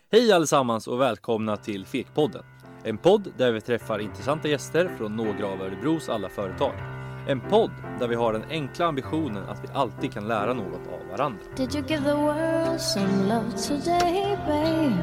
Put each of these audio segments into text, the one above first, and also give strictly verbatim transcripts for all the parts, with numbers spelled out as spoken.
Hej allesammans och välkomna till Fekpodden. En podd där vi träffar intressanta gäster från några av Örebros alla företag. En podd där vi har den enkla ambitionen att vi alltid kan lära något av varandra. Did you give the world some love today, babe?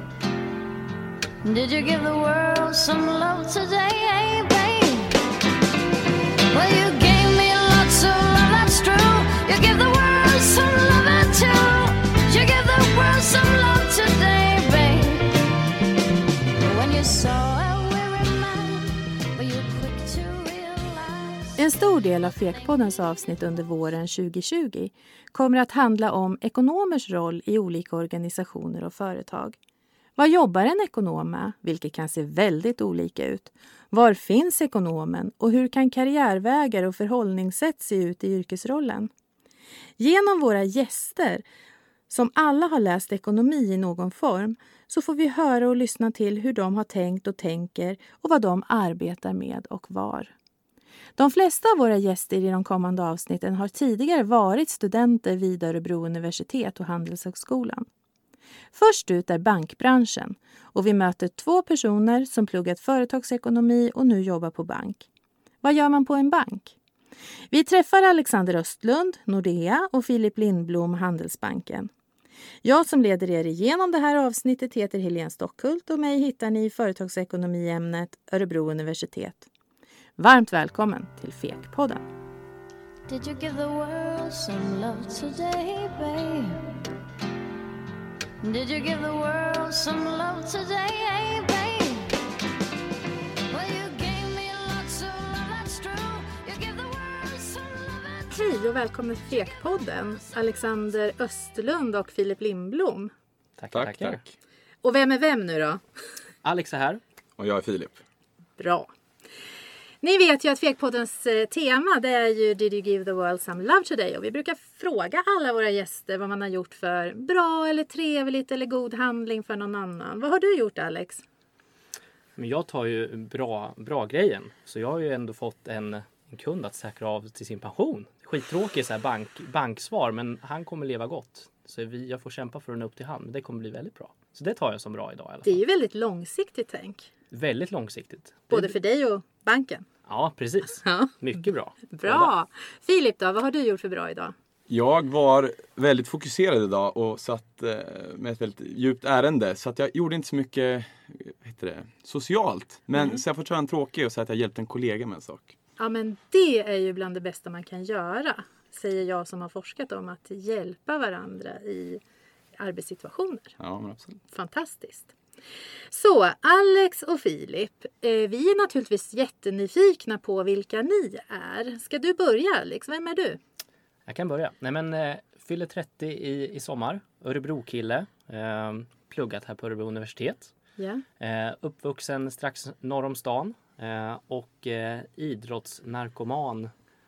Did you give the world some love today, babe? Well, you gave me lots of love, that's true. You give the world some love too. You give the world some love today, babe. When you saw a weary man, were you quick to realize? En stor del av Fekpoddens avsnitt under våren tjugo tjugo kommer att handla om ekonomers roll i olika organisationer och företag. Vad jobbar en ekonom med, vilket kan se väldigt olika ut? Var finns ekonomen och hur kan karriärvägar och förhållningssätt se ut i yrkesrollen? Genom våra gäster, som alla har läst ekonomi i någon form, så får vi höra och lyssna till hur de har tänkt och tänker och vad de arbetar med och var. De flesta av våra gäster i de kommande avsnitten har tidigare varit studenter vid Örebro universitet och Handelshögskolan. Först ut är bankbranschen och vi möter två personer som pluggat företagsekonomi och nu jobbar på bank. Vad gör man på en bank? Vi träffar Alexander Östlund, Nordea och Filip Lindblom, Handelsbanken. Jag som leder er igenom det här avsnittet heter Helene Stockhult och mig hittar ni i företagsekonomiämnet Örebro universitet. Varmt välkommen till Fekpodden. Did you give the world some love today, babe? Did you give the world some love today, babe? Well, you gave me lots of love, that's true. You give the world some love. Hej och välkommen till Fekpodden, Alexander Östlund och Filip Lindblom. Tack, Tack, tack. tack. Och vem är vem nu då? Alex är här. Och jag är Filip. Bra. Ni vet ju att Fekpoddens eh, tema det är ju Did you give the world some love today? Och vi brukar fråga alla våra gäster vad man har gjort för bra eller trevligt eller god handling för någon annan. Vad har du gjort, Alex? Men jag tar ju bra, bra grejen. Så jag har ju ändå fått en, en kund att säkra av till sin pension. Skittråkigt så här bank, banksvar, men han kommer leva gott. Så vi, jag får kämpa för att nå upp till han. Men det kommer bli väldigt bra. Så det tar jag som bra idag i alla fall. Det är ju väldigt långsiktigt tänk. Väldigt långsiktigt. Både för dig och banken. Ja, precis. Ja. Mycket bra. Bra. Filip då, vad har du gjort för bra idag? Jag var väldigt fokuserad idag och satt eh, med ett väldigt djupt ärende. Så att jag gjorde inte så mycket vad heter det, socialt. Men Mm. så jag får köra en tråkig och säga att jag hjälpte en kollega med en sak. Ja, men det är ju bland det bästa man kan göra. Säger jag som har forskat om att hjälpa varandra i arbetssituationer. Ja, men absolut. Fantastiskt. Så, Alex och Filip, eh, vi är naturligtvis jättenyfikna på vilka ni är. Ska du börja, Alex? Vem är du? Jag kan börja. Nej, men eh, fyller trettio i, i sommar. Örebro-kille. Eh, pluggat här på Örebro universitet. Ja. Eh, uppvuxen strax norr om stan. Eh, och eh, idrottsnarkoman.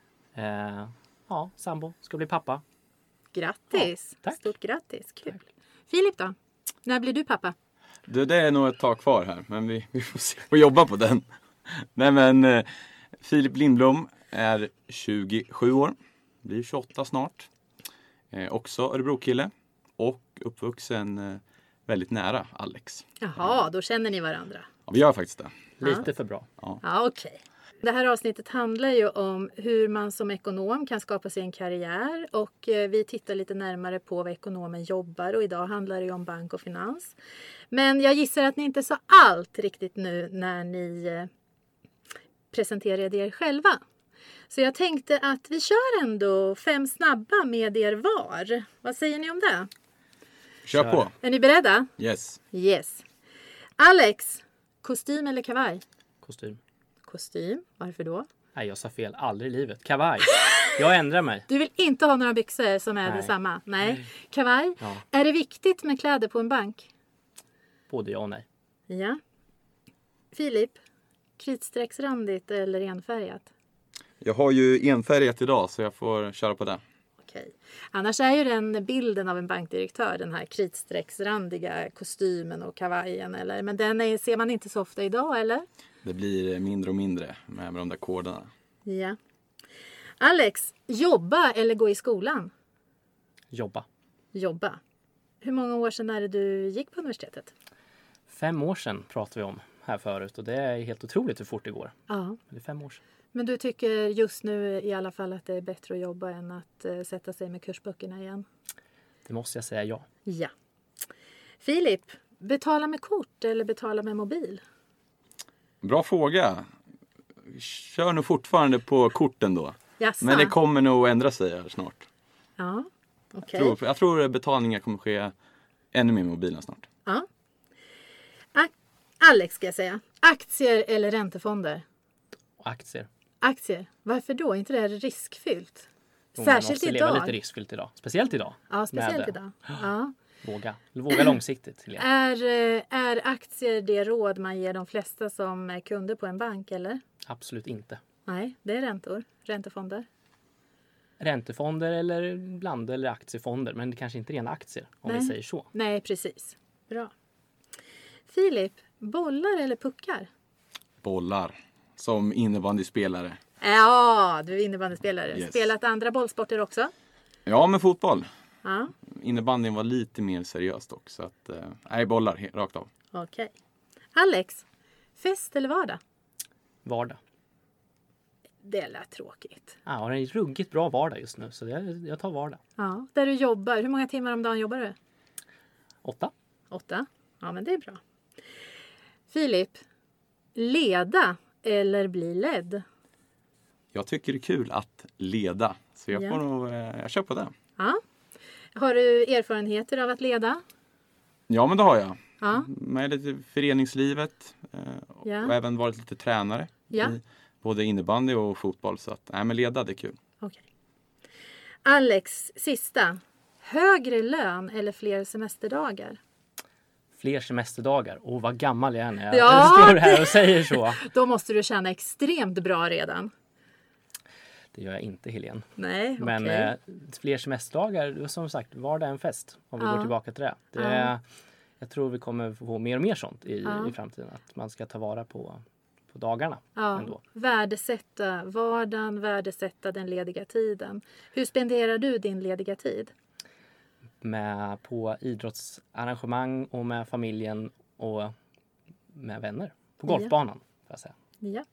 Eh, ja, sambo. Ska bli pappa. Grattis! Ja, tack. Stort grattis, kul. Tack. Filip då? När blir du pappa? Det, det är nog ett tag kvar här. Men vi, vi får, se, får jobba på den. Nej men eh, Filip Lindblom är tjugosju år. Blir tjugoåtta snart. Eh, också Örebro-kille. Och uppvuxen eh, väldigt nära Alex. Jaha, då känner ni varandra. Ja, vi gör faktiskt det. Lite för bra. Ja, okej. Det här avsnittet handlar ju om hur man som ekonom kan skapa sig en karriär och eh, vi tittar lite närmare på vad ekonomen jobbar och idag handlar det ju om bank och finans. Men jag gissar att ni inte sa allt riktigt nu när ni eh, presenterade er själva. Så jag tänkte att vi kör ändå fem snabba med er var. Vad säger ni om det? Kör Kör. på. Är ni beredda? Yes. Yes. Alex, kostym eller kavaj? Kostym. Kostym, varför då? Nej, jag sa fel. Aldrig i livet. Kavaj. Jag ändrar mig. Du vill inte ha några byxor som är Nej. detsamma? Nej. Kavaj. Ja. Är det viktigt med kläder på en bank? Både ja och nej. Ja. Filip, kritstrecksrandigt eller enfärgat? Jag har ju enfärgat idag så jag får köra på det. Okej. Annars är ju den bilden av en bankdirektör, den här kritstrecksrandiga kostymen och kavajen. Eller? Men den är, ser man inte så ofta idag, eller? Det blir mindre och mindre med, med de där koderna. Ja. Alex, jobba eller gå i skolan? Jobba. Jobba. Hur många år sedan är det du gick på universitetet? Fem år sedan pratade vi om här förut och det är helt otroligt hur fort det går. Ja. Det är fem år sedan. Men du tycker just nu i alla fall att det är bättre att jobba än att uh, sätta sig med kursböckerna igen? Det måste jag säga ja. Ja. Filip, betala med kort eller betala med mobil? Bra fråga. Kör nog fortfarande på korten då. Jaså? Men det kommer nog ändra sig här snart. Ja, okej. Tror, jag tror betalningar kommer ske ännu mer med mobilen snart. Ja. A- Alex ska jag säga. Aktier eller räntefonder? Och aktier. Aktier. Varför då? Är inte det här riskfyllt? Jo, man Särskilt måste idag. leva lite riskfyllt idag. Speciellt idag. Ja, speciellt Med- idag. Ja. Våga. Våga långsiktigt. Helena. Är, eh, är aktier det råd man ger de flesta som är kunder på en bank, eller? Absolut inte. Nej, det är räntor. Räntefonder. Räntefonder eller bland eller aktiefonder. Men det kanske inte är rena aktier om Nej. vi säger så. Nej, precis. Bra. Filip, bollar eller puckar? Bollar. Som innebandyspelare. Ja, du är innebandyspelare. Yes. Spelat andra bollsporter också? Ja, med fotboll. Ja, Innebandyn var lite mer seriöst dock. Så att, eh, nej, bollar he- rakt av. okej. Alex, fest eller vardag? Vardag. Det lät tråkigt. Jag har en ruggigt bra vardag just nu. Så jag, jag tar vardag. Ja, där du jobbar. Hur många timmar om dagen jobbar du? Åtta. Åtta. Ja, men det är bra. Filip, leda eller bli ledd? Jag tycker det är kul att leda. Så jag Ja. får nog, eh, jag kör på det. Ja. Har du erfarenheter av att leda? Ja, men det har jag. Ja. Med lite föreningslivet. Eh, Ja. Och även varit lite tränare. Ja. I både innebandy och fotboll. Så att, nej men leda det är kul. Okej. Alex, sista. Högre lön eller fler semesterdagar? Fler semesterdagar. Och vad gammal jag är när jag Ja, står här och säger så. Då måste du känna extremt bra redan. Det gör jag inte, Helene. Nej, Men okej. eh, fler semesterdagar, som sagt, vardag är en fest. Om vi Ja. går tillbaka till det. det Ja. är, jag tror vi kommer få mer och mer sånt i, Ja. i framtiden. Att man ska ta vara på, på dagarna Ja, ändå. värdesätta vardagen, värdesätta den lediga tiden. Hur spenderar du din lediga tid? Med, på idrottsarrangemang och med familjen och med vänner. På golfbanan, får jag säga. Ja.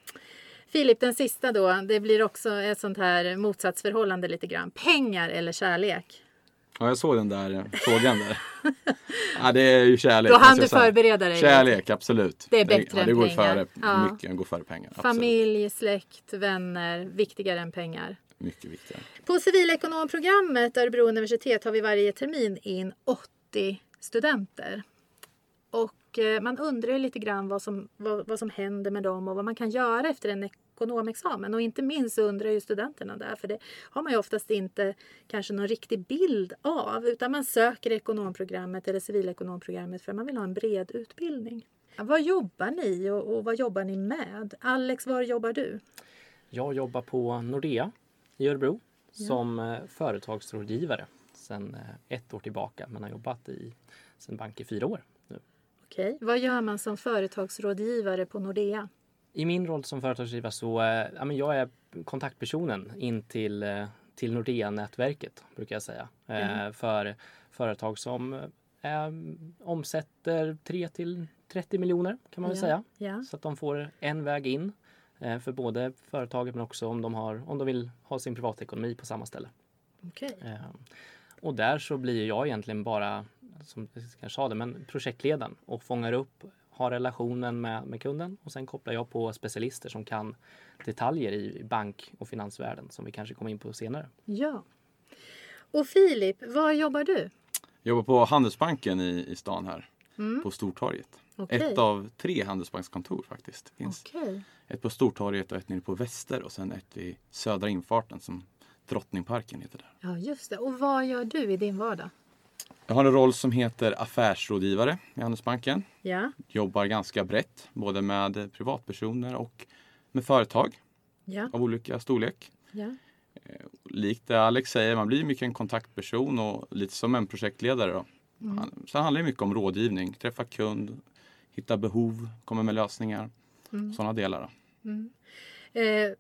Filip, den sista då. Det blir också ett sånt här motsatsförhållande lite grann. Pengar eller kärlek? Ja, jag såg den där eh, frågan där. Ja, det är ju kärlek. Då hann måste du jag säga. förbereda dig. Kärlek, absolut. Det är bättre ja, än det går pengar. Före, Ja. Mycket går före pengar. Absolut. Familj, släkt, vänner. Viktigare än pengar. Mycket viktigare. På civilekonomprogrammet Örebro universitet har vi varje termin in åttio studenter. Och eh, man undrar ju lite grann vad som, vad, vad som händer med dem och vad man kan göra efter en ekonomexamen. Och inte minst så undrar ju studenterna där, för det har man ju oftast inte kanske någon riktig bild av. Utan man söker ekonomprogrammet eller civilekonomprogrammet för man vill ha en bred utbildning. Vad jobbar ni och, och vad jobbar ni med? Alex, var jobbar du? Jag jobbar på Nordea i Örebro som eh, företagsrådgivare sedan eh, ett år tillbaka. Men har jobbat i sedan bank i fyra år nu. Okej. Vad gör man som företagsrådgivare på Nordea? I min roll som företagsrådgivare så eh, ja, men jag är kontaktpersonen in till, eh, till Nordea-nätverket brukar jag säga. Eh, Mm. För företag som eh, omsätter tre till trettio miljoner kan man väl Ja, säga. ja. Så att de får en väg in eh, för både företaget men också om de, har, om de vill ha sin privatekonomi på samma ställe. Okej. Eh, och där så blir jag egentligen bara, som jag kanske sa det, men projektledaren och fångar upp, har relationen med, med kunden och sen kopplar jag på specialister som kan detaljer i bank- och finansvärlden som vi kanske kommer in på senare. Ja. Och Filip, var jobbar du? Jag jobbar på Handelsbanken i, i stan här. Mm. På Stortorget. Okej. Ett av tre Handelsbankskontor faktiskt. Det finns Okej. ett på Stortorget och ett nere på Väster och sen ett vid södra infarten som Drottningparken heter där. Ja, just det. Och vad gör du i din vardag? Jag har en roll som heter affärsrådgivare i Handelsbanken. Ja. Jobbar ganska brett, både med privatpersoner och med företag Ja. av olika storlek. Ja. Likt det Alex säger, man blir mycket en kontaktperson och lite som en projektledare. Då. Mm. Sen handlar det mycket om rådgivning, träffa kund, hitta behov, komma med lösningar. Mm. Sådana delar. Då. Eh,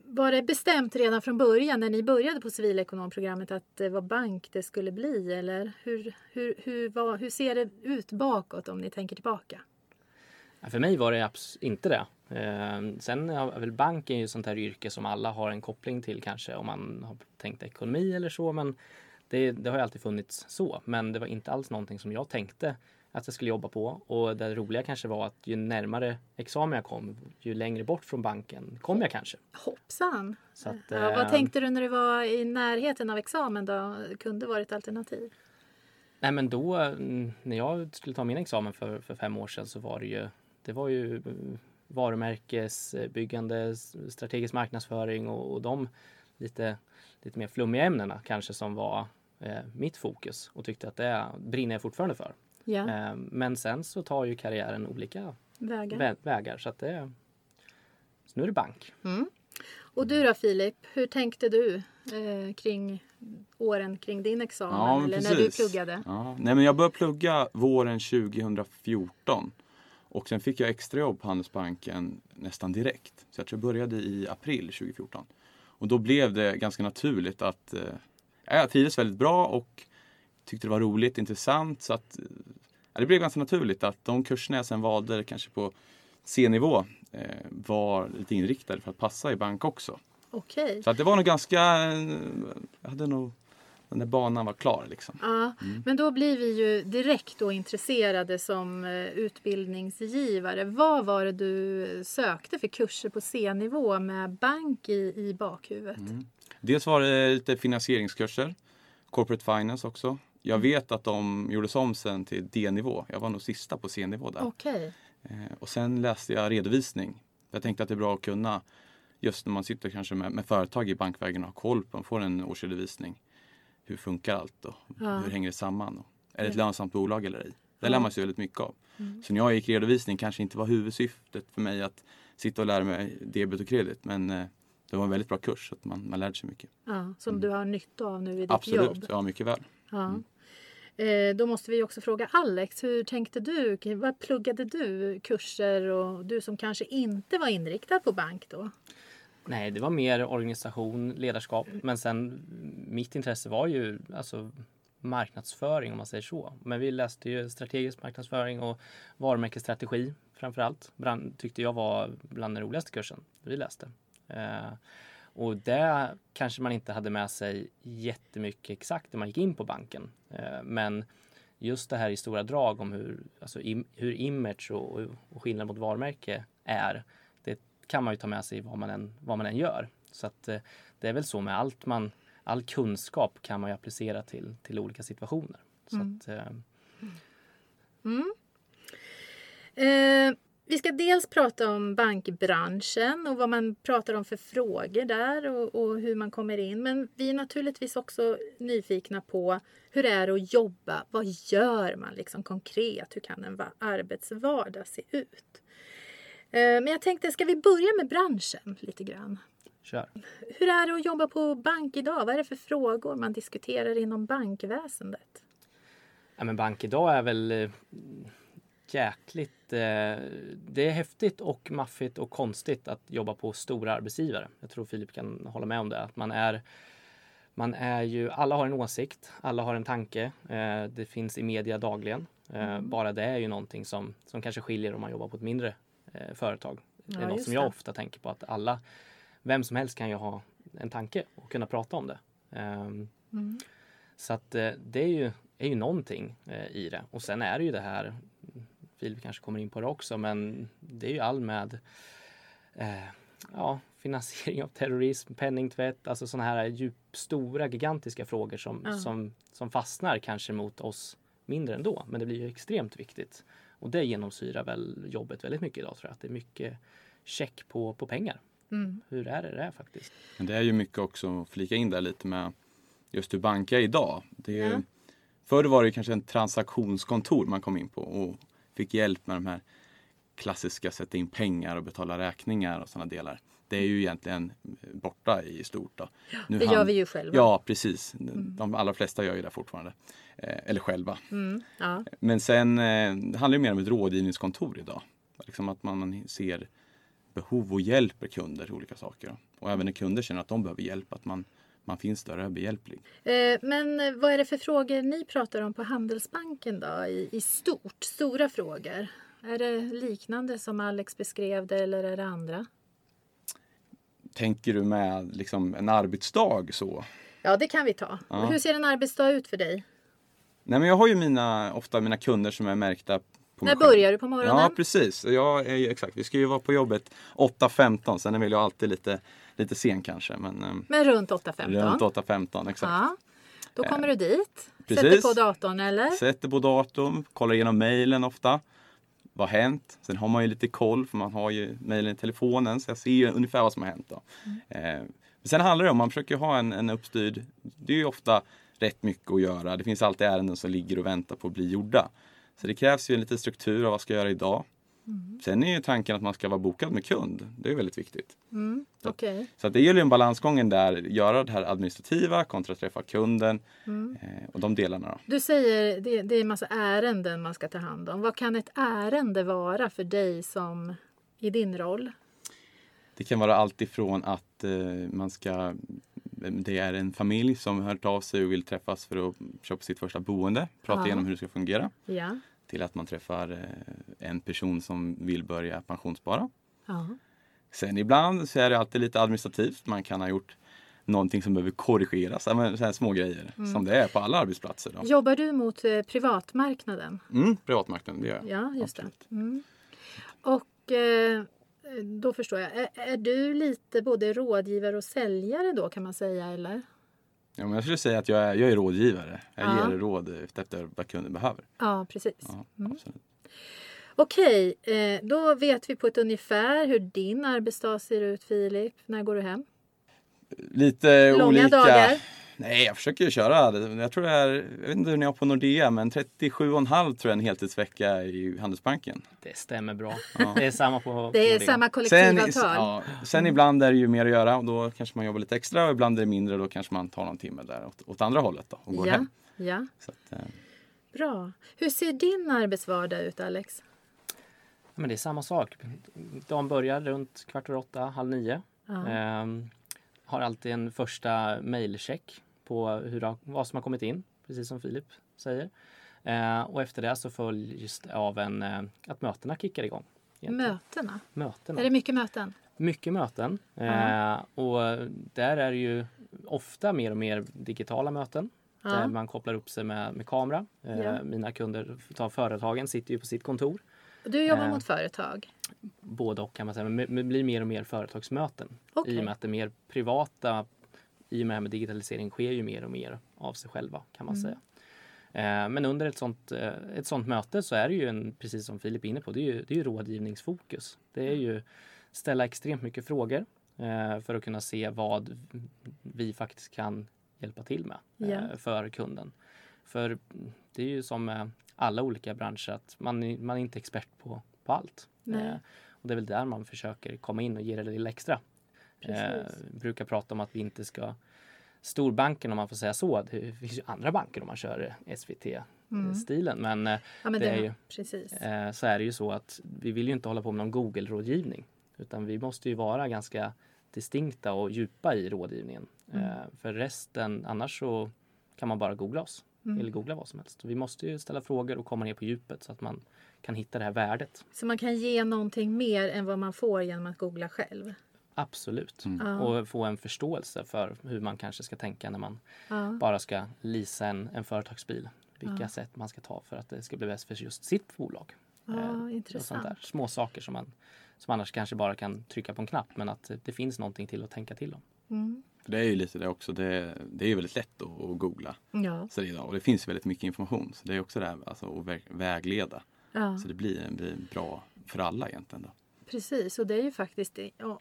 var det bestämt redan från början när ni började på civilekonomprogrammet att det var bank det skulle bli? Eller hur, hur, hur, var, hur ser det ut bakåt om ni tänker tillbaka? Ja, för mig var det abs- inte det. Eh, sen är väl banken ju sånt här yrke som alla har en koppling till kanske om man har tänkt ekonomi eller så. Men det, det har ju alltid funnits så. Men det var inte alls någonting som jag tänkte att jag skulle jobba på. Och det roliga kanske var att ju närmare examen jag kom, ju längre bort från banken kom jag kanske. Hoppsan! Så att, Ja, eh, vad tänkte du när du var i närheten av examen då? Kunde vara ett alternativ? Nej men då, mm, när jag skulle ta min examen för, för fem år sedan så var det ju, det var ju mm, varumärkesbyggande, strategisk marknadsföring och, och de lite, lite mer flummiga ämnena kanske som var eh, mitt fokus och tyckte att det brinner jag fortfarande för. Ja, Eh, men sen så tar ju karriären olika vägar. vä- vägar så att det, så nu är det bank. Mm. Och du då Filip, hur tänkte du eh, kring åren kring din examen Ja, men eller när du precis. pluggade? Ja, nej, men jag började plugga våren tjugohundrafjorton. Och sen fick jag extrajobb på Handelsbanken nästan direkt. Så jag tror jag började i april tjugohundrafjorton. Och då blev det ganska naturligt att eh, jag trivdes väldigt bra och tyckte det var roligt, intressant. Så att, ja, det blev ganska naturligt att de kurserna jag sen valde kanske på C-nivå eh, var lite inriktade för att passa i bank också. Okej. Så att det var nog ganska, jag hade nog, den där banan var klar liksom. Ja, men då blir vi ju direkt då intresserade som eh, utbildningsgivare. Vad var det du sökte för kurser på C-nivå med bank i, i bakhuvudet? Mm. Dels var det lite finansieringskurser, corporate finance också. Jag vet att de gjordes om sen till D-nivå. Jag var nog sista på C-nivå där. Okej. Eh, och sen läste jag redovisning. Jag tänkte att det är bra att kunna, just när man sitter kanske med, med företag i bankvägen och har koll på, man får en årsredovisning. Hur funkar allt och Ja. hur hänger det samman? Och är det ett Ja. lönsamt bolag eller ej? Det Ja. lär man sig väldigt mycket av. Mm. Så när jag gick redovisning kanske inte var huvudsyftet för mig att sitta och lära mig debet och kredit. Men eh, det var en väldigt bra kurs så att man, man lärde sig mycket. Ja, som du har nytta av nu i ditt Absolut, jobb. ja mycket väl. Ja. Eh, då måste vi också fråga Alex, hur tänkte du? Vad pluggade du kurser och du som kanske inte var inriktad på bank då? Nej, det var mer organisation, ledarskap. Men sen mitt intresse var ju alltså marknadsföring om man säger så. Men vi läste ju strategisk marknadsföring och varumärkesstrategi framförallt. Brand, tyckte jag var bland den roligaste kursen vi läste. Eh, och det kanske man inte hade med sig jättemycket exakt när man gick in på banken. Eh, men just det här i stora drag om hur, alltså im, hur image och, och skillnad mot varumärke är. Det kan man ju ta med sig vad man än, vad man än gör. Så att eh, det är väl så med allt man, all kunskap kan man ju applicera till, till olika situationer. Så Mm. att, eh, Mm. Eh, vi ska dels prata om bankbranschen och vad man pratar om för frågor där och, och hur man kommer in. Men vi är naturligtvis också nyfikna på hur det är att jobba. Vad gör man liksom konkret? Hur kan en va- arbetsvardag se ut? Eh, men jag tänkte, ska vi börja med branschen lite grann? kör. Hur är det att jobba på bank idag? Vad är det för frågor man diskuterar inom bankväsendet? Ja, men bank idag är väl eh, jäkligt... Eh, det är häftigt och maffigt och konstigt att jobba på stora arbetsgivare. Jag tror Filip kan hålla med om det. Att man är, man är ju, alla har en åsikt, alla har en tanke. Eh, det finns i media dagligen. Eh, Mm. Bara det är ju någonting som, som kanske skiljer om man jobbar på ett mindre eh, företag. Det är Ja, något just som jag det. ofta tänker på. Att alla, vem som helst kan ju ha en tanke och kunna prata om det. Ehm, Mm. Så att eh, det är ju, är ju någonting eh, i det. Och sen är det ju det här, Filip kanske kommer in på det också, men det är ju all med eh, ja, finansiering av terrorism, penningtvätt, alltså sådana här djup, stora, gigantiska frågor som, Ja. som, som fastnar kanske mot oss mindre ändå. Men det blir ju extremt viktigt. Och det genomsyrar väl jobbet väldigt mycket idag tror jag. Att det är mycket check på, på pengar. Mm. Hur är det det är faktiskt? Men det är ju mycket också att flika in där lite med just hur banker är idag. Det är, Ja. Förr var det kanske en transaktionskontor man kom in på och fick hjälp med de här klassiska sätta in pengar och betala räkningar och sådana delar. Det är ju egentligen borta i stort. Då. Nu Det hand- gör vi ju själva. Ja, precis. De allra flesta gör ju det fortfarande. Eh, eller själva. Mm. Ja. Men sen eh, det handlar det mer om ett rådgivningskontor idag. Liksom att man ser behov och hjälper kunder till olika saker. Och även när kunder känner att de behöver hjälp, att man, man finns där och är behjälplig. Eh, men vad är det för frågor ni pratar om på Handelsbanken då i, i stort? Stora frågor. Är det liknande som Alex beskrev det eller är det andra? Tänker du med liksom en arbetsdag så? Ja, det kan vi ta. Ja. Hur ser en arbetsdag ut för dig? Nej, men jag har ju mina, ofta mina kunder som är märkta på mig När själv. börjar du på morgonen? Ja, precis. Jag är ju, exakt. Vi ska ju vara på jobbet åtta femton. Sen är väl jag alltid lite, lite sen kanske. Men, ehm, Men runt åtta femton? runt åtta femton, exakt. Ja. Då kommer du dit. Precis. Sätter på datorn eller? Sätter på datorn, kollar igenom mejlen ofta. Vad har hänt? Sen har man ju lite koll för man har ju mejlen i telefonen. Så jag ser ju ungefär vad som har hänt då. Mm. Eh, sen handlar det om, man försöker ha en, en uppstyrd. Det är ju ofta rätt mycket att göra. Det finns alltid ärenden som ligger och väntar på att bli gjorda. Så det krävs ju en liten struktur av vad ska jag göra idag. Mm. Sen är ju tanken att man ska vara bokad med kund. Det är väldigt viktigt. Mm, okay. Så att det gäller ju en balansgången där. Göra det här administrativa kontra att träffa kunden. Mm. Eh, och de delarna då. Du säger det, det är en massa ärenden man ska ta hand om. Vad kan ett ärende vara för dig som i din roll? Det kan vara allt ifrån att eh, man ska... Det är en familj som har hört av sig och vill träffas för att köpa sitt första boende. Prata ja. igenom hur det ska fungera. Ja. Till att man träffar eh, en person som vill börja pensionsspara. Ja. Sen ibland så är det alltid lite administrativt. Man kan ha gjort någonting som behöver korrigeras. Så här små grejer mm. som det är på alla arbetsplatser. Då. Jobbar du mot eh, privatmarknaden? Mm, privatmarknaden, det gör jag. Ja, just absolut. det. Mm. Och eh, då förstår jag. Är, är du lite både rådgivare och säljare då kan man säga eller? Ja, men jag skulle säga att jag är, jag är rådgivare. Jag ja. ger råd efter vad kunden behöver. Ja, precis. Ja, mm. absolut. Okej, eh, då vet vi på ett ungefär hur din arbetsdag ser ut, Filip. När går du hem? Lite Långa olika. dagar? Nej, jag försöker ju köra. Jag tror det är, jag vet inte hur ni har på Nordea, men trettiosju och en halv tror jag en heltidsvecka i Handelsbanken. Det stämmer bra. Ja. Det är samma på Det är Nordea. samma kollektivavtal. Sen, ja, sen mm. ibland är det ju mer att göra och då kanske man jobbar lite extra och ibland är det mindre och då kanske man tar någon timme där åt, åt andra hållet då och går ja, hem. Ja. Så att, eh. Bra. Hur ser din arbetsvardag ut, Alex? Ja, men det är samma sak. Dagen börjar runt kvart över åtta, halv nio. Ja. Ehm, har alltid en första mejlcheck på hur, vad som har kommit in, precis som Filip säger. Ehm, och efter det så följs det av en, eh, att mötena kickar igång. Egentligen. Mötena? Mötena. Är det mycket möten? Mycket möten. Ehm, och där är det ju ofta mer och mer digitala möten. Ja. Där man kopplar upp sig med, med kamera. Ehm, ja. Mina kunder, tar företagen, sitter ju på sitt kontor. Du jobbar eh, mot företag? Både och kan man säga. Men det blir mer och mer företagsmöten. Okay. I och med att det är mer privata, i och med att digitalisering sker ju mer och mer av sig själva kan man mm. säga. Eh, men under ett sånt, eh, ett sånt möte så är det ju, en, precis som Filip är inne på, det är ju, det är ju rådgivningsfokus. Det är ju ställa extremt mycket frågor eh, för att kunna se vad vi faktiskt kan hjälpa till med eh, yeah. för kunden. För det är ju som med alla olika branscher att man, man är inte expert på, på allt. Eh, och det är väl där man försöker komma in och ge det lite extra. Eh, brukar prata om att vi inte ska storbanken om man får säga så. Det finns ju andra banker om man kör S V T-stilen. Mm. Men, ja, men det det är ju, precis. Eh, så är det ju så att vi vill ju inte hålla på med någon Google-rådgivning. Utan vi måste ju vara ganska distinkta och djupa i rådgivningen. Mm. Eh, för resten, annars så kan man bara googla oss. Mm. Eller googla vad som helst. Vi måste ju ställa frågor och komma ner på djupet så att man kan hitta det här värdet. Så man kan ge någonting mer än vad man får genom att googla själv? Absolut. Mm. Och få en förståelse för hur man kanske ska tänka när man ja. bara ska leasa en, en företagsbil. Vilka ja. sätt man ska ta för att det ska bli bäst för just sitt bolag. Ja, eh, intressant. Där. Små saker som man som annars kanske bara kan trycka på en knapp. Men att det finns någonting till att tänka till om. Mm. Det är ju lite det också. Det, det är ju väldigt lätt att, att googla. Ja. Så det, och det finns väldigt mycket information. Så det är också det här alltså, att vägleda. Ja. Så det blir, blir bra för alla egentligen då. Precis, och det är ju faktiskt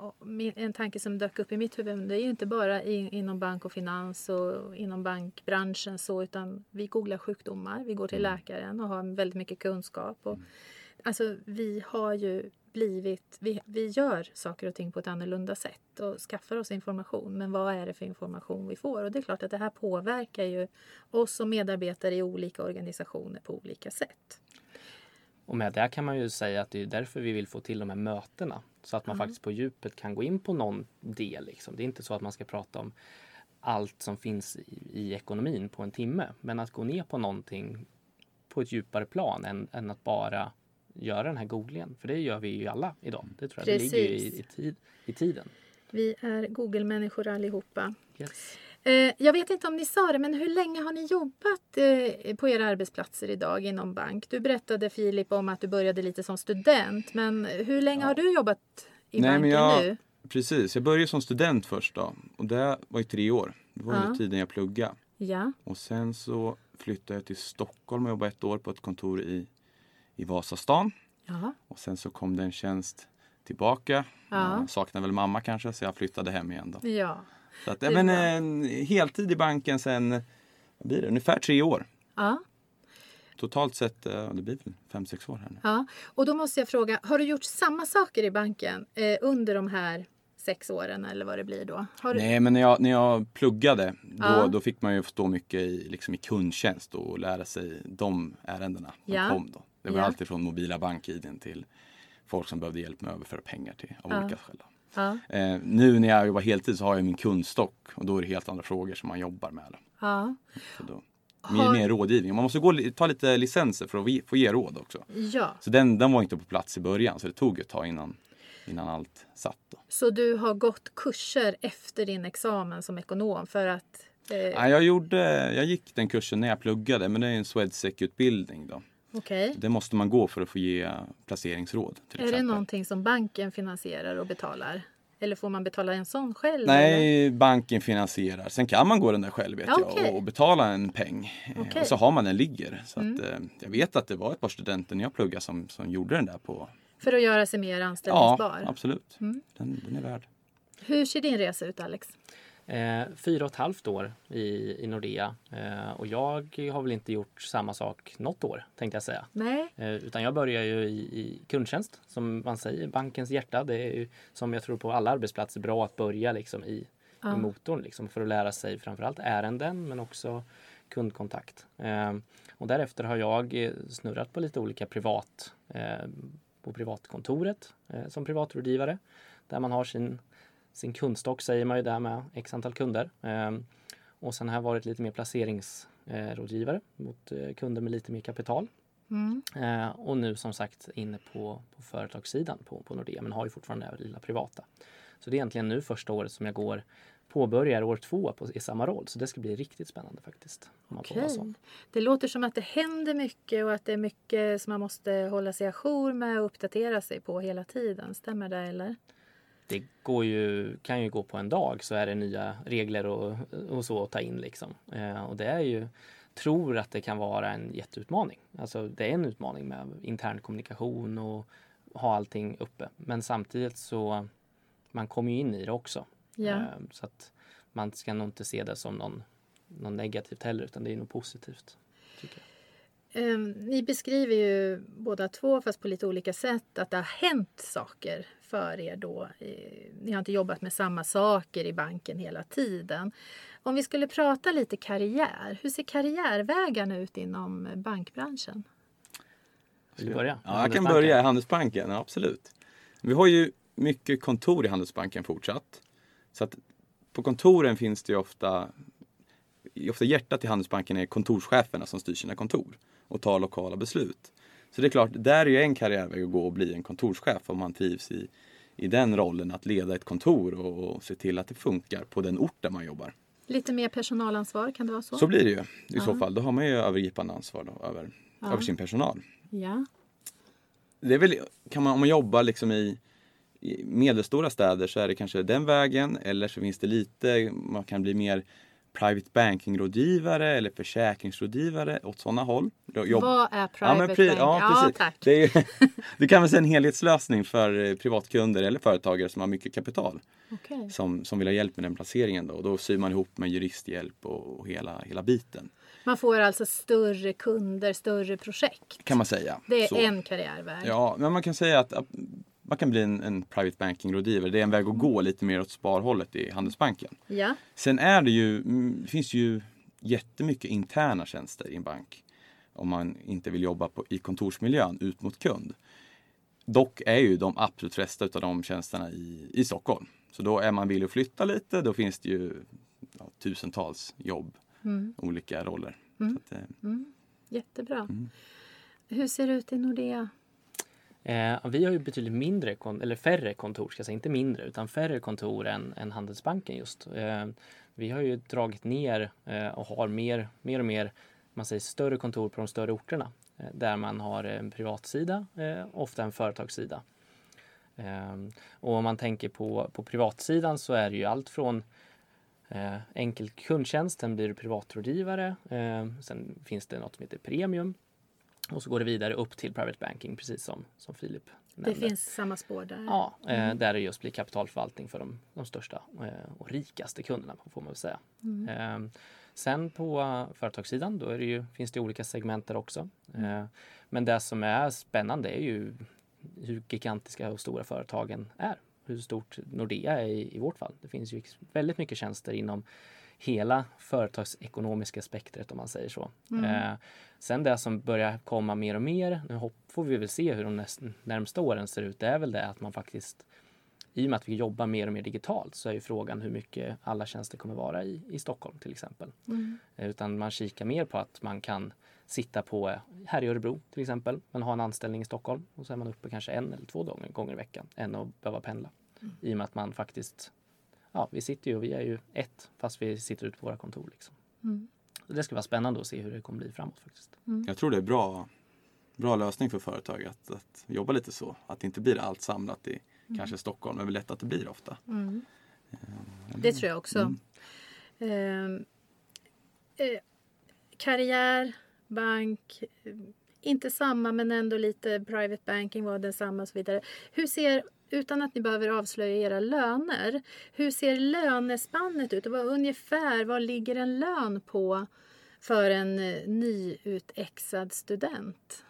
en tanke som dök upp i mitt huvud. Det är ju inte bara inom bank och finans och inom bankbranschen så, utan vi googlar sjukdomar. Vi går till mm. läkaren och har väldigt mycket kunskap. Och, mm. Alltså vi har ju blivit, vi, vi gör saker och ting på ett annorlunda sätt och skaffar oss information. Men vad är det för information vi får? Och det är klart att det här påverkar ju oss som medarbetare i olika organisationer på olika sätt. Och med det kan man ju säga att det är därför vi vill få till de här mötena. Så att man Mm. faktiskt på djupet kan gå in på någon del. Liksom. Det är inte så att man ska prata om allt som finns i, i ekonomin på en timme. Men att gå ner på någonting på ett djupare plan än, än att bara göra den här googlingen. För det gör vi ju alla idag. Det tror jag det ligger ju i, i, tid, i tiden. Vi är Google-människor allihopa. Yes. Eh, jag vet inte om ni sa det, men hur länge har ni jobbat eh, på era arbetsplatser idag inom bank? Du berättade, Filip, om att du började lite som student. Men hur länge Ja. har du jobbat i Nej, men banken jag- nu? Precis, jag började som student först då. Och det var ju tre år. Det var Ja. ju tiden jag pluggade. Ja. Och sen så flyttade jag till Stockholm och jobbade ett år på ett kontor i, i Vasastan. Ja. Och sen så kom det en tjänst tillbaka. Ja. Jag saknade väl mamma kanske, så jag flyttade hem igen då. Ja. Så att, Det ja, är men bra. en heltid i banken sen, vad blir det, ungefär tre år. Ja. Totalt sett, ja, det blir väl fem, sex år här nu. Ja. Och då måste jag fråga, har du gjort samma saker i banken eh, under de här sex åren eller vad det blir då? Har du... Nej, men när jag, när jag pluggade, då, Ja. då fick man ju stå mycket i, liksom i kundtjänst och lära sig de ärendena som Ja. kom då. Det var Ja. alltid från mobila bank-iden till folk som behövde hjälp med att överföra pengar till av Ja. olika skäl. då. Ja. Eh, nu när jag jobbar heltid så har jag min kundstock och då är det helt andra frågor som man jobbar med. Då. Ja. Så då, Har- mer, mer rådgivning. Man måste gå, li- ta lite licenser för att ge- få ge råd också. Ja. Så den, den var inte på plats i början, så det tog ett tag innan, innan allt satt. Då. Så du har gått kurser efter din examen som ekonom för att... Eh, Ja, jag, gjorde, jag gick den kursen när jag pluggade, men det är en Swedec-utbildning då. Okej. Det måste man gå för att få ge placeringsråd till Är exempel. det någonting som banken finansierar och betalar? Eller får man betala en sån själv? eller? Nej, banken finansierar. Sen kan man gå den där själv vet Ja, jag okej. och betala en peng. Eh, Okej. Och så har man den ligger. Så Mm. att, eh, jag vet att det var ett par studenter när jag pluggade som, som gjorde den där på... För att göra sig mer Ja, anställningsbar? absolut. Mm. Den, den är värd. Hur ser din resa ut, Alex? Eh, fyra och ett halvt år i, i Nordea. Eh, och jag har väl inte gjort samma sak något år, tänkte jag säga. Nej? Eh, utan jag börjar ju i, i kundtjänst, som man säger, bankens hjärta. Det är ju, som jag tror på alla arbetsplatser, bra att börja liksom i, Ja. i motorn. Liksom, för att lära sig framförallt ärenden, men också kundkontakt. Eh, och därefter har jag eh, snurrat på lite olika privat, eh, på privatkontoret eh, som privatrådgivare. Där man har sin sin kundstock, säger man ju där, med x antal kunder. Ehm, och sen har jag varit lite mer placeringsrådgivare mot eh, kunder med lite mer kapital. Mm. Eh, och nu som sagt inne på, på företagssidan på, på Nordea, men har ju fortfarande det här lilla privata. Så det är egentligen nu första året som jag går, påbörjar år två på, i samma roll. Så det ska bli riktigt spännande faktiskt. Om man får vara Okej. sån. Det låter som att det händer mycket och att det är mycket som man måste hålla sig ajour med och uppdatera sig på hela tiden. Stämmer det eller? Det går ju, kan ju gå på en dag, så är det nya regler och, och så att ta in liksom. Eh, och det är ju, tror att det kan vara en jätteutmaning. Alltså det är en utmaning med intern kommunikation och ha allting uppe. Men samtidigt så, man kommer ju in i det också. Ja. Eh, så att man ska nog inte se det som någon, någon negativt heller, utan det är nog positivt, tycker jag. Ehm, ni beskriver ju båda två, fast på lite olika sätt, att det har hänt saker för er då. Eh, Ni har inte jobbat med samma saker i banken hela tiden. Om vi skulle prata lite karriär, hur ser karriärvägarna ut inom bankbranschen? Vill du börja? Ja, jag kan Handelsbanken. börja i Handelsbanken, ja, absolut. Vi har ju mycket kontor i Handelsbanken fortsatt. Så att på kontoren finns det ju ofta, ofta hjärtat i Handelsbanken är kontorscheferna som styr sina kontor och tar lokala beslut. Så det är klart, där är ju en karriärväg att gå och bli en kontorschef om man trivs i, i den rollen, att leda ett kontor och, och se till att det funkar på den ort där man jobbar. Lite mer personalansvar, kan det vara så? Så blir det ju i Ja. så fall. Då har man ju övergripande ansvar då, över, Ja. över sin personal. Ja. Det är väl, kan man, om man jobbar liksom i, i medelstora städer så är det kanske den vägen, eller så finns det lite, man kan bli mer private banking-rådgivare eller försäkringsrådgivare åt sådana håll. Jobb- Vad är private Ja, men pre- bank? ja, precis. tack. Det, är, ju- det kan väl säga en helhetslösning för eh, privatkunder eller företagare som har mycket kapital Okej. som, som vill ha hjälp med den placeringen. Då. Och då syr man ihop med juristhjälp och, och hela, hela biten, Man får alltså större kunder, större projekt. kan man säga. Det är Så. en karriärväg. Ja, men man kan säga att att man kan bli en, en private banking-rådgivare. Det är en väg att gå lite mer åt sparhållet i Handelsbanken. Ja. Sen är det ju, mm, det finns ju jättemycket interna tjänster i en bank. om man inte vill jobba på, i kontorsmiljön ut mot kund. Dock är ju de absolut flesta av de tjänsterna i, i Stockholm. Så då är man villig att flytta lite, då finns det ju ja, tusentals jobb, Mm. olika roller. Mm. Så att, eh, Mm. Jättebra. Mm. Hur ser det ut i Nordea? Eh, vi har ju betydligt mindre, kon- eller färre kontor, ska jag säga, inte mindre utan färre kontor än, än Handelsbanken just. Eh, vi har ju dragit ner eh, och har mer, mer och mer man säger, större kontor på de större orterna. Eh, där man har en privatsida, eh, ofta en företagssida. Eh, och om man tänker på, på privatsidan så är det ju allt från eh, enkel kundtjänst, sen blir du privatrådgivare. Eh, sen finns det något som heter premium. Och så går det vidare upp till private banking, precis som, som Filip nämnde. Det finns samma spår där. Ja, eh, där det just blir kapitalförvaltning för de, de största eh, och rikaste kunderna, får man väl säga. Mm. Eh, sen på uh, företagssidan, då är det ju, finns det olika segment där också. Eh, men det som är spännande är ju hur gigantiska och stora företagen är. Hur stort Nordea är i, i vårt fall. Det finns ju väldigt mycket tjänster inom hela företagsekonomiska spektret, om man säger så. Mm. Eh, sen det som börjar komma mer och mer, nu hopp, får vi väl se hur de näst, närmsta åren ser ut, det är väl det att man faktiskt, i och med att vi jobbar mer och mer digitalt, så är ju frågan hur mycket alla tjänster kommer vara i, i Stockholm till exempel. Mm. Eh, utan man kikar mer på att man kan sitta på, här i Örebro till exempel, man har en anställning i Stockholm och så är man uppe kanske en eller två gånger, gånger i veckan än att behöva pendla. Mm. I och med att man faktiskt, ja, vi sitter ju och vi är ju ett fast vi sitter ute på våra kontor liksom. Mm. Så det ska vara spännande att se hur det kommer bli framåt faktiskt. Mm. Jag tror det är bra, bra lösning för företag att, att jobba lite så. Att det inte blir allt samlat i Mm. kanske Stockholm, men väl lätt att det blir ofta. Mm. Det tror jag också. Mm. Ehm, eh, karriär, bank, eh, inte samma men ändå lite private banking var densamma och så vidare. Hur ser, utan att ni behöver avslöja era löner, hur ser lönespannet ut? Och vad, ungefär, vad ligger en lön på för en eh, nyutexad student?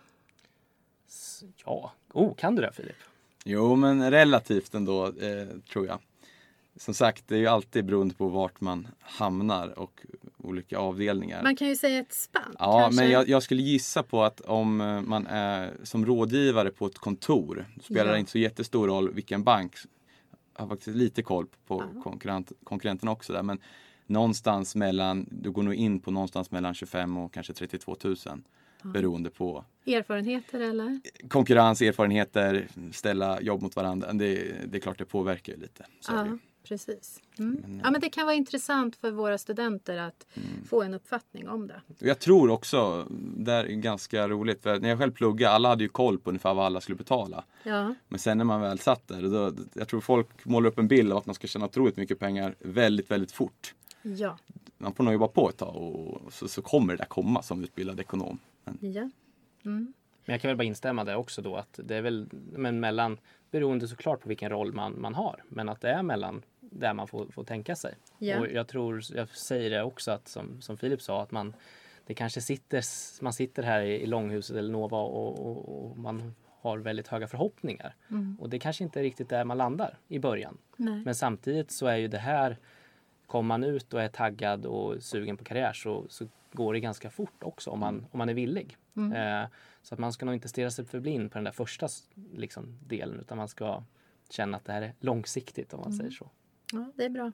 S- Ja, oh, kan du det Filip? Jo, men relativt ändå eh, tror jag. Som sagt, det är ju alltid beroende på vart man hamnar och olika avdelningar. Man kan ju säga ett spann. Ja, kanske. men jag, jag skulle gissa på att om eh, man är som rådgivare på ett kontor, spelar Ja. det inte så jättestor roll vilken bank. Jag har faktiskt lite koll på Ja. konkurrent, konkurrenterna också där, men någonstans mellan, du går nog in på någonstans mellan tjugofem och kanske trettiotvå tusen. Beroende på Erfarenheter eller? konkurrens, erfarenheter, ställa jobb mot varandra. Det, det är klart det påverkar ju lite. Så är det ju. Ja, precis. Mm. Men, Ja, men det kan vara intressant för våra studenter att Mm. få en uppfattning om det. Och jag tror också, det är ganska roligt, för när jag själv pluggade, alla hade ju koll på ungefär vad alla skulle betala. Ja, Men sen när man väl satt där, då, jag tror folk målar upp en bild av att man ska tjäna otroligt mycket pengar väldigt, väldigt fort. ja, Man får nog jobba på ett tag och så, så kommer det där komma som utbildad ekonom. Men, ja. Mm. Men jag kan väl bara instämma där också då att det är väl men mellan, beroende såklart på vilken roll man, man har, men att det är mellan där man får, får tänka sig. Ja. Och jag tror, jag säger det också att som, som Filip sa, att man det kanske sitter, man sitter här i, i Långhuset eller Nova och, och, och man har väldigt höga förhoppningar. Mm. Och det kanske inte är riktigt där man landar i början. Nej. Men samtidigt så är ju det här, kommer man ut och är taggad och sugen på karriär så, så går det ganska fort också om man, om man är villig. Mm. Eh, så att man ska nog inte stirra sig för blind på den där första liksom, delen, utan man ska känna att det här är långsiktigt, om man Mm. säger så. Ja, det är bra.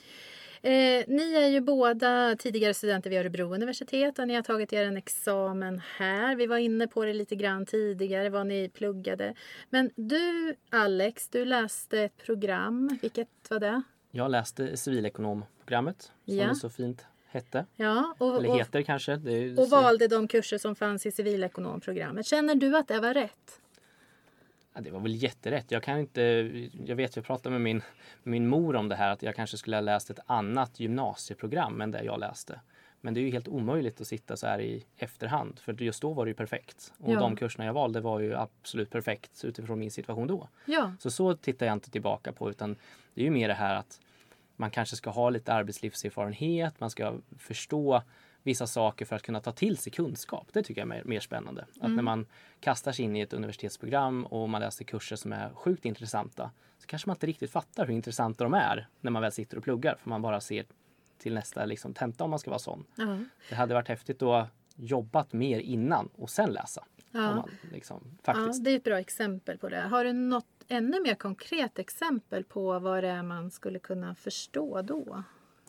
Eh, ni är ju båda tidigare studenter vid Örebro universitet och ni har tagit er en examen här. Vi var inne på det lite grann tidigare, vad ni pluggade. Men du, Alex, du läste ett program. Vilket var det? Jag läste civilekonomprogrammet, som Ja. det så fint hette. Ja, och, Eller och, heter kanske. Det är, ju- och valde de kurser som fanns i civilekonomprogrammet. Känner du att det var rätt? Ja, det var väl jätterätt. Jag kan inte, jag vet, jag pratade med min, med min mor om det här, att jag kanske skulle ha läst ett annat gymnasieprogram än det jag läste. Men det är ju helt omöjligt att sitta så här i efterhand, för just då var det ju perfekt. Och Ja. de kurserna jag valde var ju absolut perfekt utifrån min situation då. Ja. Så så tittar jag inte tillbaka på, utan det är ju mer det här att man kanske ska ha lite arbetslivserfarenhet, man ska förstå vissa saker för att kunna ta till sig kunskap. Det tycker jag är mer, mer spännande. Att Mm. när man kastar sig in i ett universitetsprogram och man läser kurser som är sjukt intressanta, så kanske man inte riktigt fattar hur intressanta de är när man väl sitter och pluggar, för man bara ser till nästa liksom, tenta, om man ska vara sån. Ja. Det hade varit häftigt att jobbat mer innan och sen läsa. Ja. Om man, liksom, Ja, faktiskt. det är ett bra exempel på det. Har du något ännu mer konkret exempel på vad det är man skulle kunna förstå då?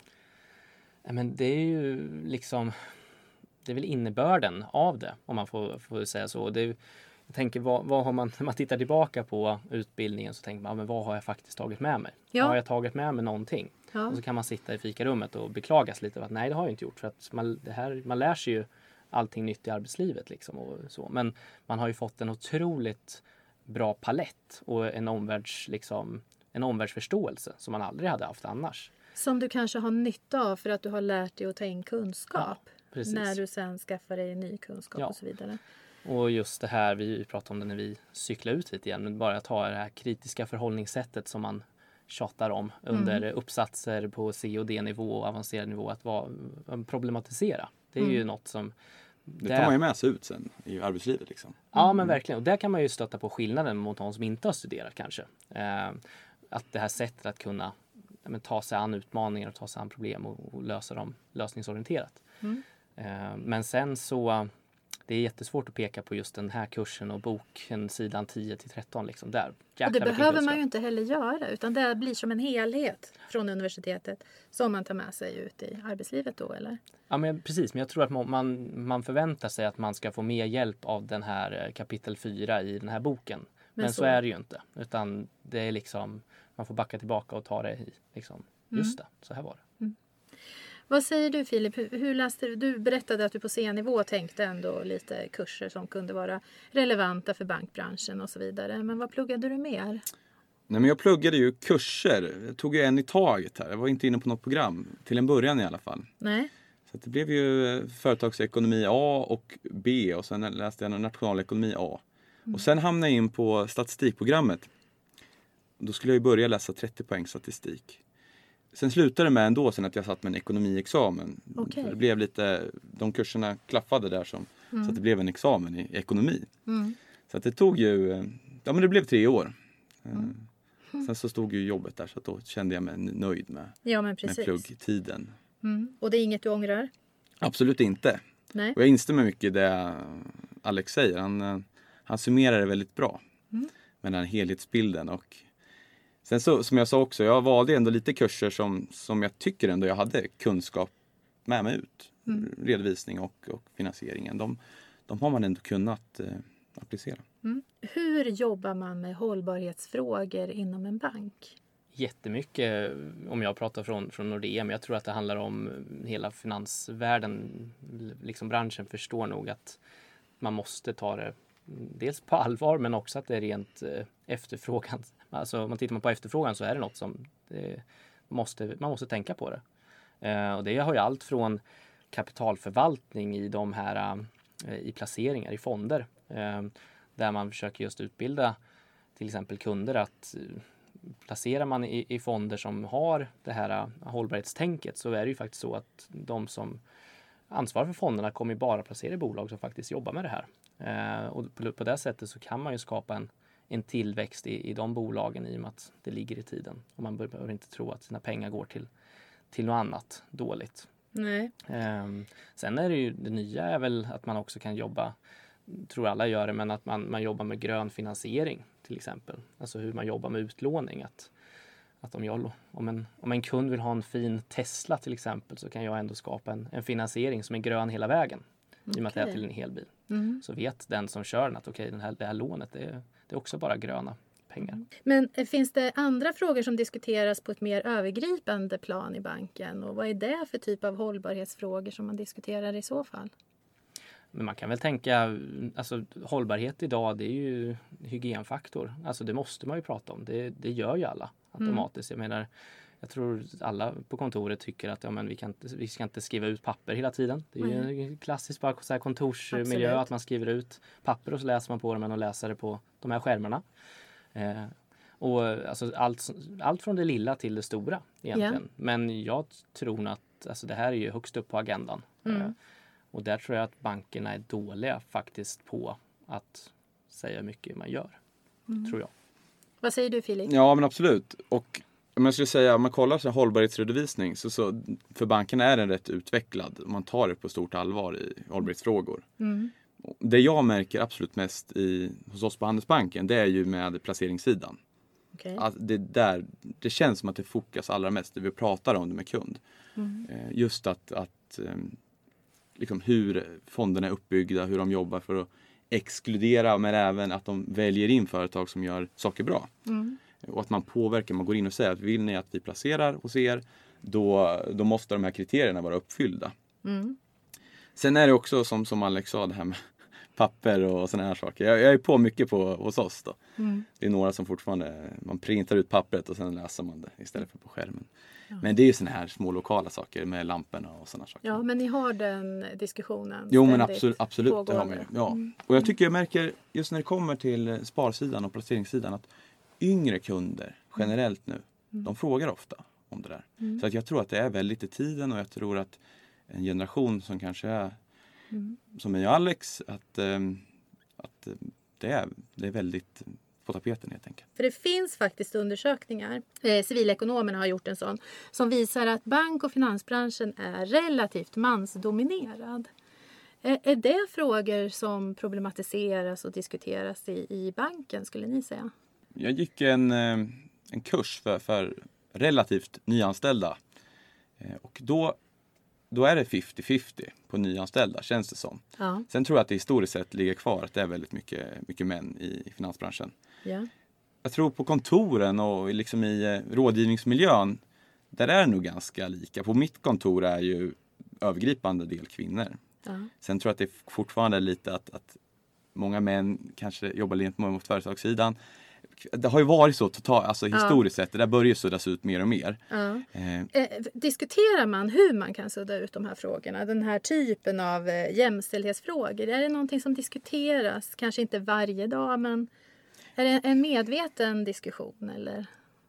Ja, men det är ju liksom, det är väl innebörden av det, om man får, får säga så. Det är, jag tänker, vad, vad har man, när man tittar tillbaka på utbildningen så tänker man, ja, men vad har jag faktiskt tagit med mig? Ja. Har jag tagit med mig någonting? Ja. Och så kan man sitta i fikarummet och beklagas lite av att nej, det har jag inte gjort. För att man, det här, man lär sig ju allting nytt i arbetslivet liksom och så. Men man har ju fått en otroligt bra palett och en omvärlds, liksom, en omvärldsförståelse som man aldrig hade haft annars. Som du kanske har nytta av för att du har lärt dig att ta in kunskap. Ja, precis. När du sen skaffar dig ny kunskap Ja. och så vidare. Och just det här, vi pratade om det när vi cyklade ut hit igen, men bara att ha det här kritiska förhållningssättet som man tjatar om under Mm. uppsatser på C och D-nivå och avancerad nivå, att vara, problematisera. Det är Mm. ju något som... Det tar man ju med sig ut sen i arbetslivet liksom. Ja, men verkligen. Och där kan man ju stöta på skillnaden mot någon som inte har studerat kanske. Eh, att det här sättet att kunna ja, men, ta sig an utmaningar och ta sig an problem och, och lösa dem lösningsorienterat. Mm. Eh, men sen så, det är jättesvårt att peka på just den här kursen och boken sidan tio till tretton. Liksom, där. Och Jäklar, det vilken behöver kunskap. man ju inte heller göra. Utan det blir som en helhet från universitetet. Som man tar med sig ut i arbetslivet då, eller? Ja, men precis. Men jag tror att man, man förväntar sig att man ska få mer hjälp av den här eh, kapitel fyra i den här boken. Men, Men så. så- är det ju inte. Utan det är liksom, man får backa tillbaka och ta det i, liksom, just det, så här var det. Vad säger du Filip? Hur, hur läste du? Du berättade att du på C-nivå tänkte ändå lite kurser som kunde vara relevanta för bankbranschen och så vidare. Men vad pluggade du mer? Nej, men jag pluggade ju kurser. Jag tog ju en i taget här. Jag var inte inne på något program. Till en början i alla fall. Nej. Så att det blev ju företagsekonomi A och B. Och sen läste jag nationalekonomi A. Och sen hamnade jag in på statistikprogrammet. Då skulle jag ju börja läsa trettio poäng statistik. Sen slutade det med ändå sen att jag satt med en ekonomiexamen. Okej. För det blev lite, de kurserna klaffade där som, så att det blev en examen i ekonomi. Mm. Så att det tog ju, ja men det blev tre år. Mm. Sen så stod ju jobbet där så att då kände jag mig nöjd med, Ja, men med precis. pluggtiden. Mm. Och det är inget du ångrar? Absolut inte. Nej. Och jag instämmer mycket i det Alex säger. Han, han summerar det väldigt bra. Mm. Med den här helhetsbilden. Och sen så, som jag sa också, jag valde ändå lite kurser som, som jag tycker ändå jag hade kunskap med mig ut. Mm. Redovisning och, och finansieringen. De, de har man ändå kunnat eh, applicera. Mm. Hur jobbar man med hållbarhetsfrågor inom en bank? Jättemycket, om jag pratar från, från Nordea, men jag tror att det handlar om hela finansvärlden, liksom branschen förstår nog att man måste ta det dels på allvar, men också att det är rent eh, efterfrågan. Alltså om man tittar på efterfrågan så är det något som det måste, man måste tänka på det. Eh, och det har ju allt från kapitalförvaltning i de här eh, i placeringar i fonder, eh, där man försöker just utbilda till exempel kunder att eh, placerar man i, i fonder som har det här uh, hållbarhetstänket, så är det ju faktiskt så att de som ansvarar för fonderna kommer bara placera i bolag som faktiskt jobbar med det här. Uh, och på, på det sättet så kan man ju skapa en, en tillväxt i, i de bolagen i och med att det ligger i tiden. Och man behöver inte tro att sina pengar går till, till något annat dåligt. Nej. Um, sen är det ju, det nya är väl att man också kan jobba, tror alla gör det, men att man, man jobbar med grön finansiering till exempel. Alltså hur man jobbar med utlåning. Att, att om, jag, om, en, om en kund vill ha en fin Tesla till exempel, så kan jag ändå skapa en, en finansiering som är grön hela vägen. I och med att det är till en hel bil. Mm. Så vet den som kör den att okej, okay, den här, det här lånet det är, det är också bara gröna pengar. Men eh, finns det andra frågor som diskuteras på ett mer övergripande plan i banken? Och vad är det för typ av hållbarhetsfrågor som man diskuterar i så fall? Men man kan väl tänka, alltså hållbarhet idag, det är ju hygienfaktor. Alltså det måste man ju prata om. Det, det gör ju alla automatiskt. Mm. Jag menar, jag tror alla på kontoret tycker att ja, men vi, kan inte, vi ska inte skriva ut papper hela tiden. Det är ju mm. klassiskt bara så här kontorsmiljö. Absolut. Att man skriver ut papper och så läser man på dem och läser det på de här skärmarna. Eh, och alltså allt, allt från det lilla till det stora egentligen. Yeah. Men jag tror att alltså, det här är ju högst upp på agendan. Mm. Eh, Och där tror jag att bankerna är dåliga faktiskt på att säga hur mycket man gör. Mm. Tror jag. Vad säger du Filip? Ja men absolut. Och Om jag skulle säga, om man kollar så här hållbarhetsredovisning så, så för bankerna är den rätt utvecklad. Man tar det på stort allvar i hållbarhetsfrågor. Mm. Det jag märker absolut mest i, hos oss på Handelsbanken, det är ju med placeringssidan. Okay. Att det, där, det känns som att det fokas allra mest det vi pratar om det med kund. Mm. Just att, att liksom hur fonderna är uppbyggda, hur de jobbar för att exkludera, men även att de väljer in företag som gör saker bra. Mm. Och att man påverkar, man går in och säger att vill ni att vi placerar hos er, då, då måste de här kriterierna vara uppfyllda. Mm. Sen är det också som, som Alex sa, det här med papper och såna här saker. Jag, jag är på mycket på hos oss då. Mm. Det är några som fortfarande, man printar ut pappret och sen läser man det istället för på skärmen. Ja. Men det är ju såna här små lokala saker med lamporna och såna saker. Ja, men ni har den diskussionen. Jo, men absolut, absolut det har man ju. Ja. Mm. Och jag tycker jag märker just när det kommer till sparsidan och placeringssidan att yngre kunder generellt nu, mm. de frågar ofta om det där. Mm. Så att jag tror att det är väldigt i tiden och jag tror att en generation som kanske är mm. som jag och Alex, att, att det, är, det är väldigt på tapeten helt enkelt. För det finns faktiskt undersökningar, eh, civilekonomerna har gjort en sån, som visar att bank- och finansbranschen är relativt mansdominerad. Är, är det frågor som problematiseras och diskuteras i, i banken, skulle ni säga? Jag gick en, en kurs för, för relativt nyanställda och då Då är det femtio femtio på nyanställda, känns det som. Ja. Sen tror jag att det historiskt sett ligger kvar att det är väldigt mycket, mycket män i, i finansbranschen. Ja. Jag tror på kontoren och liksom i eh, rådgivningsmiljön, där är det nog ganska lika. På mitt kontor är ju övergripande del kvinnor. Ja. Sen tror jag att det fortfarande är lite att, att många män kanske jobbar lite mot företagssidan. Det har ju varit så totalt, alltså historiskt ja. sett. Det där börjar suddas ut mer och mer. Ja. Eh. Eh, diskuterar man hur man kan sudda ut de här frågorna? Den här typen av eh, jämställdhetsfrågor. Är det någonting som diskuteras? Kanske inte varje dag, men är det en medveten diskussion? Eller?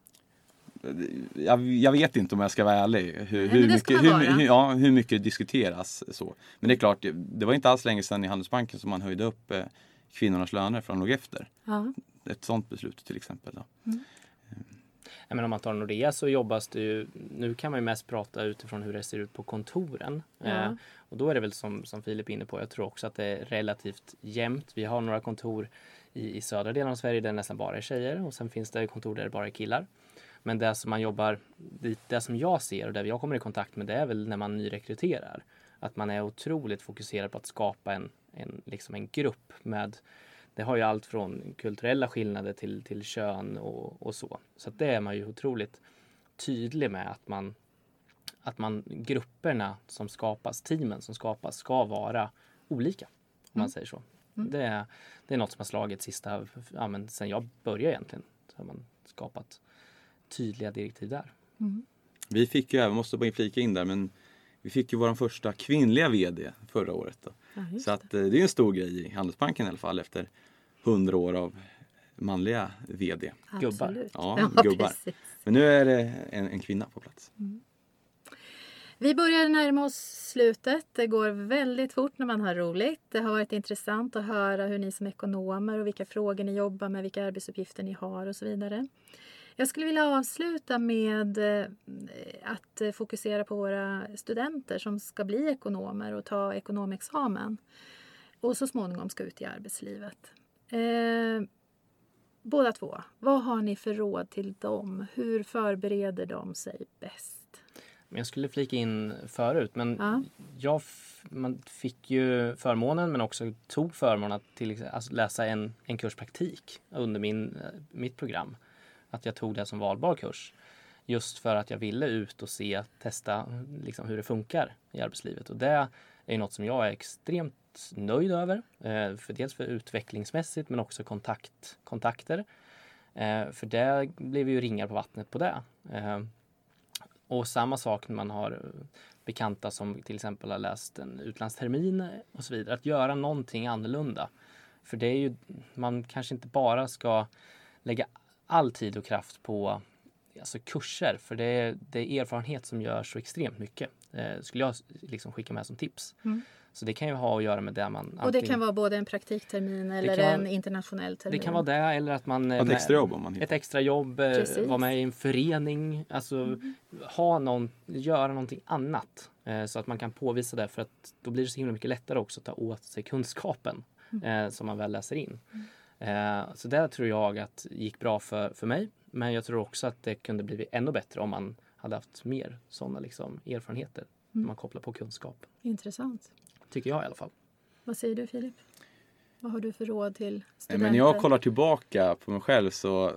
Jag, jag vet inte om jag ska vara ärlig. Hur, hur, mycket, hur, hur, ja, hur mycket diskuteras så. Men det är klart, det, det var inte alls länge sedan i Handelsbanken som man höjde upp eh, kvinnornas löner för de låg efter. Ja. Ett sånt beslut till exempel. Då. Mm. Ja, men om man tar Nordea så jobbas det ju, nu kan man ju mest prata utifrån hur det ser ut på kontoren. Ja. Eh, och då är det väl som, som Filip är inne på, jag tror också att det är relativt jämnt. Vi har några kontor i, i södra delen av Sverige där det nästan bara är tjejer och sen finns det kontor där det bara är killar. Men det som man jobbar, det, det som jag ser och där jag kommer i kontakt med, det är väl när man nyrekryterar. Att man är otroligt fokuserad på att skapa en, en, liksom en grupp med, det har ju allt från kulturella skillnader till, till kön och, och så. Så att det är man ju otroligt tydlig med att man, att man, grupperna som skapas, teamen som skapas ska vara olika, om man mm. säger så. Mm. Det, är, det är något som har slagit sista, ja, men sen jag började egentligen, så har man skapat tydliga direktiv där. Mm. Vi fick ju, jag måste bara flika in där, men vi fick ju vår första kvinnliga vd förra året. Då. Ja, så att, det är en stor grej i Handelsbanken i alla fall efter hundra år av manliga vd. Gubbar. Ja, ja gubbar. Precis. Men nu är det en, en kvinna på plats. Mm. Vi börjar närma oss slutet. Det går väldigt fort när man har roligt. Det har varit intressant att höra hur ni som ekonomer och vilka frågor ni jobbar med, vilka arbetsuppgifter ni har och så vidare. Jag skulle vilja avsluta med att fokusera på våra studenter som ska bli ekonomer och ta ekonomexamen och så småningom ska ut i arbetslivet. Eh, båda två, vad har ni för råd till dem? Hur förbereder de sig bäst? Jag skulle flika in förut, men ja. jag f- man fick ju förmånen men också tog förmånen att till, alltså läsa en, en kurs praktik under min, mitt program. Att jag tog det som valbar kurs. Just för att jag ville ut och se, testa liksom, hur det funkar i arbetslivet. Och det är något som jag är extremt nöjd över. Eh, för dels för utvecklingsmässigt men också kontakt, kontakter. Eh, för det blev ju ringar på vattnet på det. Eh, och samma sak när man har bekanta som till exempel har läst en utlandstermin och så vidare. Att göra någonting annorlunda. För det är ju, man kanske inte bara ska lägga all tid och kraft på alltså kurser. För det är, det är erfarenhet som gör så extremt mycket. Eh, skulle jag liksom skicka med som tips. Mm. Så det kan ju ha att göra med det man... Och det kan vara både en praktiktermin eller vara, en internationell termin. Det kan vara det, eller att man... Ett extra jobb om man hittar. Ett extra jobb, Precis. vara med i en förening. Alltså mm. ha någon, göra någonting annat. Eh, så att man kan påvisa det, för att då blir det så himla mycket lättare också att ta åt sig kunskapen mm. eh, som man väl läser in. Mm. Eh, så det tror jag att gick bra för, för mig. Men jag tror också att det kunde bli ännu bättre om man hade haft mer sådana liksom, erfarenheter. Mm. När man kopplar på kunskap. Intressant. Tycker jag i alla fall. Vad säger du, Filip? Vad har du för råd till studenter? Men när jag kollar tillbaka på mig själv så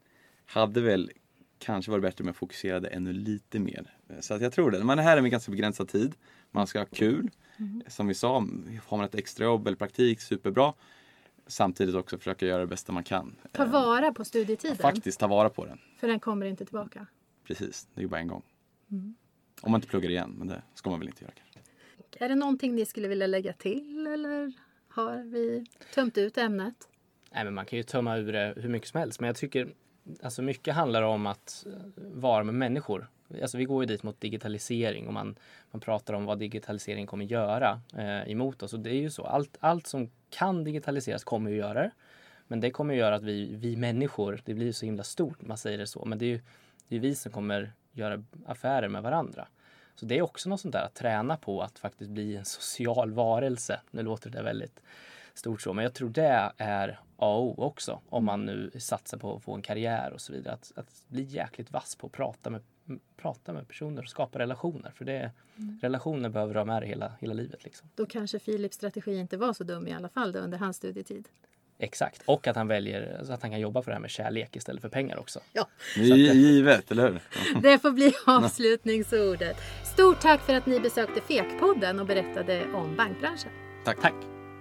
hade väl kanske varit bättre om jag fokuserade ännu lite mer. Så att jag tror det. Man är här med ganska begränsad tid. Man ska ha kul. Mm. Som vi sa, har man ett extra jobb eller praktik, superbra. Samtidigt också försöka göra det bästa man kan. Ta vara på studietiden. Faktiskt ta vara på den. För den kommer inte tillbaka. Precis, det är ju bara en gång. Mm. Om man inte pluggar igen, men det ska man väl inte göra kanske. Är det någonting ni skulle vilja lägga till, eller har vi tömt ut ämnet? Nej, men man kan ju tömma ur det hur mycket som helst. Men jag tycker, alltså mycket handlar om att vara med människor. Alltså vi går ju dit mot digitalisering och man, man pratar om vad digitalisering kommer göra eh, emot oss. Och det är ju så, allt, allt som kan digitaliseras kommer ju göra det. Men det kommer ju göra att vi, vi människor, det blir så himla stort, man säger det så. Men det är ju det är vi som kommer göra affärer med varandra. Så det är också något sånt där att träna på att faktiskt bli en social varelse. Nu låter det väldigt stort så, men jag tror det är A och O också. Om man nu satsar på att få en karriär och så vidare. Att, att bli jäkligt vass på att prata med, prata med personer och skapa relationer. För det, mm. relationer behöver du ha med dig hela, hela livet. Liksom. Då kanske Filips strategi inte var så dum i alla fall då, under hans studietid. Exakt, och att han väljer så att han kan jobba för det här med kärlek istället för pengar också. Ja. Det är givet, eller hur? Det får bli avslutningsordet. Stort tack för att ni besökte Fekpodden och berättade om bankbranschen. Tack. Tack.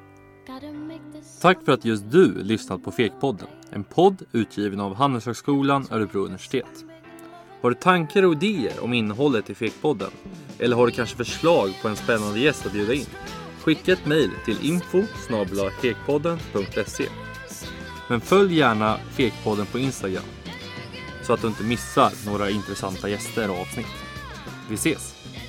Tack för att just du lyssnat på Fekpodden. En podd utgiven av Handelshögskolan Örebro universitet. Har du tankar och idéer om innehållet i Fekpodden? Eller har du kanske förslag på en spännande gäst att bjuda in? Skicka ett mejl till info snabel-a fekpodden punkt se. Men följ gärna Fekpodden på Instagram så att du inte missar några intressanta gäster och avsnitt. Vi ses!